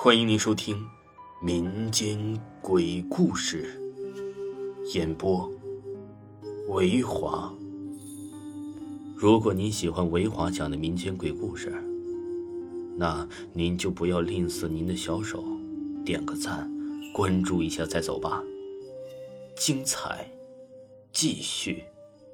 欢迎您收听民间鬼故事，演播维华。如果您喜欢维华讲的民间鬼故事，那您就不要吝啬您的小手，点个赞，关注一下再走吧。精彩继续。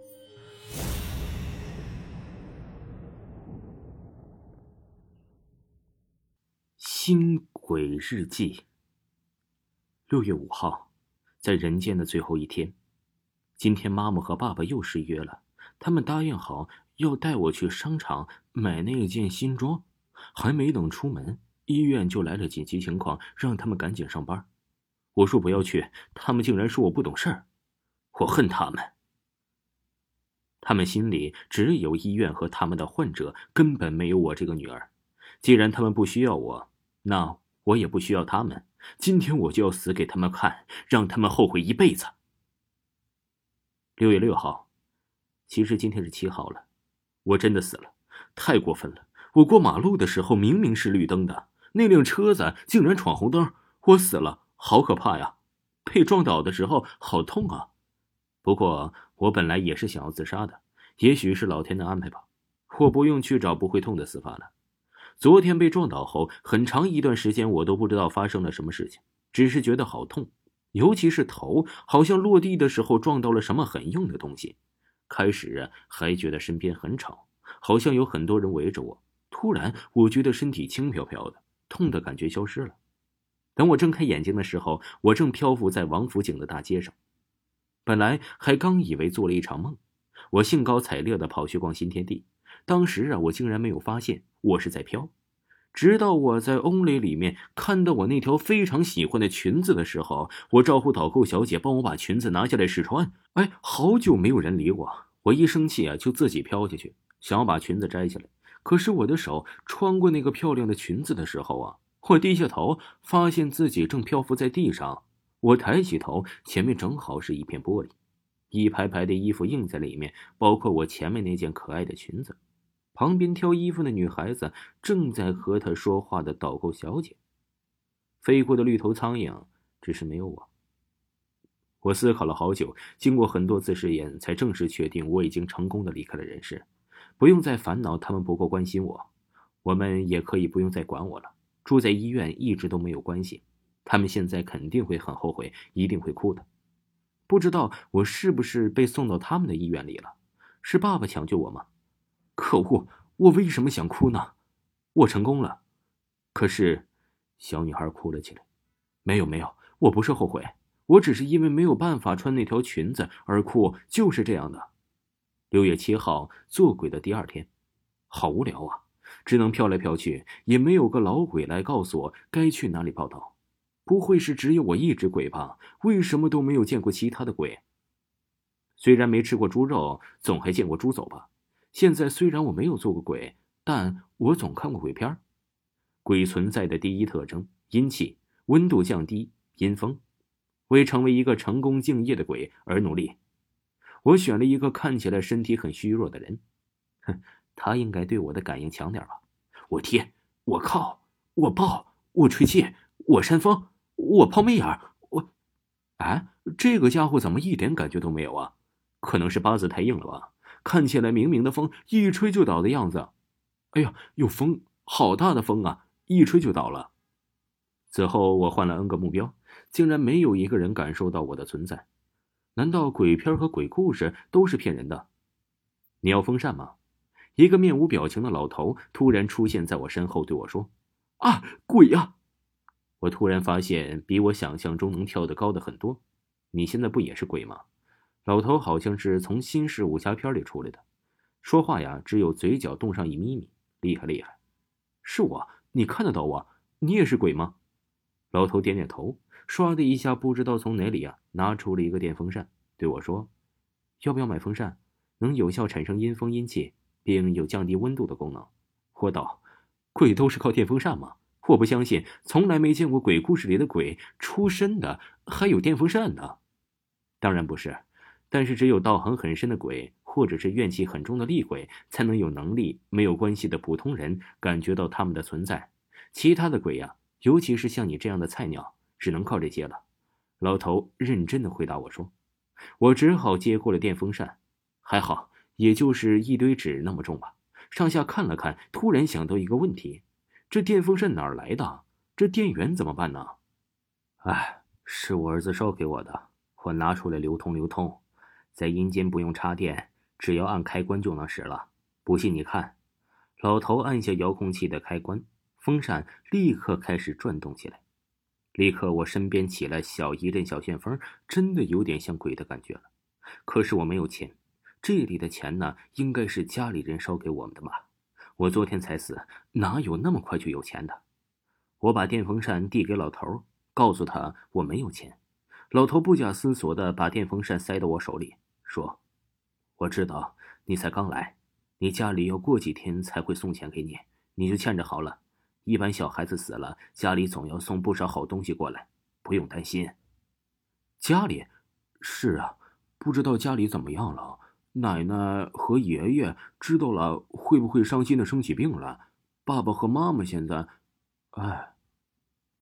新鬼日记。6月5号，在人间的最后一天，今天妈妈和爸爸又失约了。他们答应好要带我去商场买那件新装，还没等出门，医院就来了紧急情况，让他们赶紧上班。我说不要去，他们竟然说我不懂事儿。我恨他们。他们心里只有医院和他们的患者，根本没有我这个女儿。既然他们不需要我，那我也不需要他们。今天我就要死给他们看，让他们后悔一辈子。6月6号，其实今天是7号了。我真的死了，太过分了。我过马路的时候明明是绿灯的，那辆车子竟然闯红灯，我死了，好可怕呀。被撞倒的时候好痛啊。不过我本来也是想要自杀的，也许是老天的安排吧。我不用去找不会痛的死法了。昨天被撞倒后，很长一段时间我都不知道发生了什么事情，只是觉得好痛，尤其是头，好像落地的时候撞到了什么很硬的东西。开始还觉得身边很吵，好像有很多人围着我。突然我觉得身体轻飘飘的，痛的感觉消失了。等我睁开眼睛的时候，我正漂浮在王府井的大街上。本来还刚以为做了一场梦，我兴高采烈地跑去逛新天地。当时我竟然没有发现我是在飘，直到我在 Only 里面看到我那条非常喜欢的裙子的时候，我招呼导购小姐帮我把裙子拿下来试穿。好久没有人理我，我一生气就自己飘下去，想要把裙子摘下来。可是我的手穿过那个漂亮的裙子的时候我低下头，发现自己正漂浮在地上。我抬起头，前面正好是一片玻璃，一排排的衣服映在里面，包括我前面那件可爱的裙子。旁边挑衣服的女孩子正在和她说话的导购小姐。飞过的绿头苍蝇，只是没有我。我思考了好久，经过很多次试验，才正式确定我已经成功的离开了人世，不用再烦恼他们不够关心我，我们也可以不用再管我了。住在医院一直都没有关系，他们现在肯定会很后悔，一定会哭的。不知道我是不是被送到他们的医院里了？是爸爸抢救我吗？可恶，我为什么想哭呢？我成功了。可是小女孩哭了起来。没有，我不是后悔，我只是因为没有办法穿那条裙子而哭，就是这样的。6月7号，做鬼的第2天，好无聊啊，只能飘来飘去，也没有个老鬼来告诉我该去哪里报道。不会是只有我一只鬼吧？为什么都没有见过其他的鬼？虽然没吃过猪肉，总还见过猪走吧。现在虽然我没有做过鬼，但我总看过鬼片。鬼存在的第一特征：阴气，温度降低，阴风。为成为一个成功敬业的鬼而努力。我选了一个看起来身体很虚弱的人，他应该对我的感应强点吧。我贴，我靠，我抱，我吹气，我扇风，我抛媚眼，这个家伙怎么一点感觉都没有啊？可能是八字太硬了吧，看起来明明的风一吹就倒的样子。哎呀，有风，好大的风啊，一吹就倒了。此后我换了 N 个目标，竟然没有一个人感受到我的存在。难道鬼片和鬼故事都是骗人的？你要风扇吗？一个面无表情的老头突然出现在我身后对我说：鬼呀！我突然发现比我想象中能跳得高的很多。你现在不也是鬼吗？老头好像是从新式武侠片里出来的，说话只有嘴角动上1厘米，厉害。是我，你看得到我？你也是鬼吗？老头点点头，唰的一下不知道从哪里拿出了一个电风扇，对我说：要不要买风扇？能有效产生阴风阴气，并有降低温度的功能。我道：鬼都是靠电风扇吗？我不相信，从来没见过鬼故事里的鬼出身的还有电风扇呢。当然不是，但是只有道行很深的鬼，或者是怨气很重的厉鬼，才能有能力没有关系的普通人感觉到他们的存在。其他的鬼尤其是像你这样的菜鸟，只能靠这些了。老头认真的回答我说。我只好接过了电风扇，还好，也就是一堆纸那么重吧。上下看了看，突然想到一个问题：这电风扇哪儿来的？这电源怎么办呢？哎，是我儿子烧给我的，我拿出来流通流通，在阴间不用插电，只要按开关就能使了。不信你看。老头按下遥控器的开关，风扇立刻开始转动起来。立刻我身边起了一阵小旋风，真的有点像鬼的感觉了。可是我没有钱，这里的钱呢，应该是家里人烧给我们的嘛。我昨天才死，哪有那么快就有钱的？我把电风扇递给老头，告诉他我没有钱。老头不假思索地把电风扇塞到我手里，说：我知道你才刚来，你家里要过几天才会送钱给你，你就欠着好了。一般小孩子死了，家里总要送不少好东西过来，不用担心。家里？是啊，不知道家里怎么样了。奶奶和爷爷知道了会不会伤心的生起病来？爸爸和妈妈现在……哎。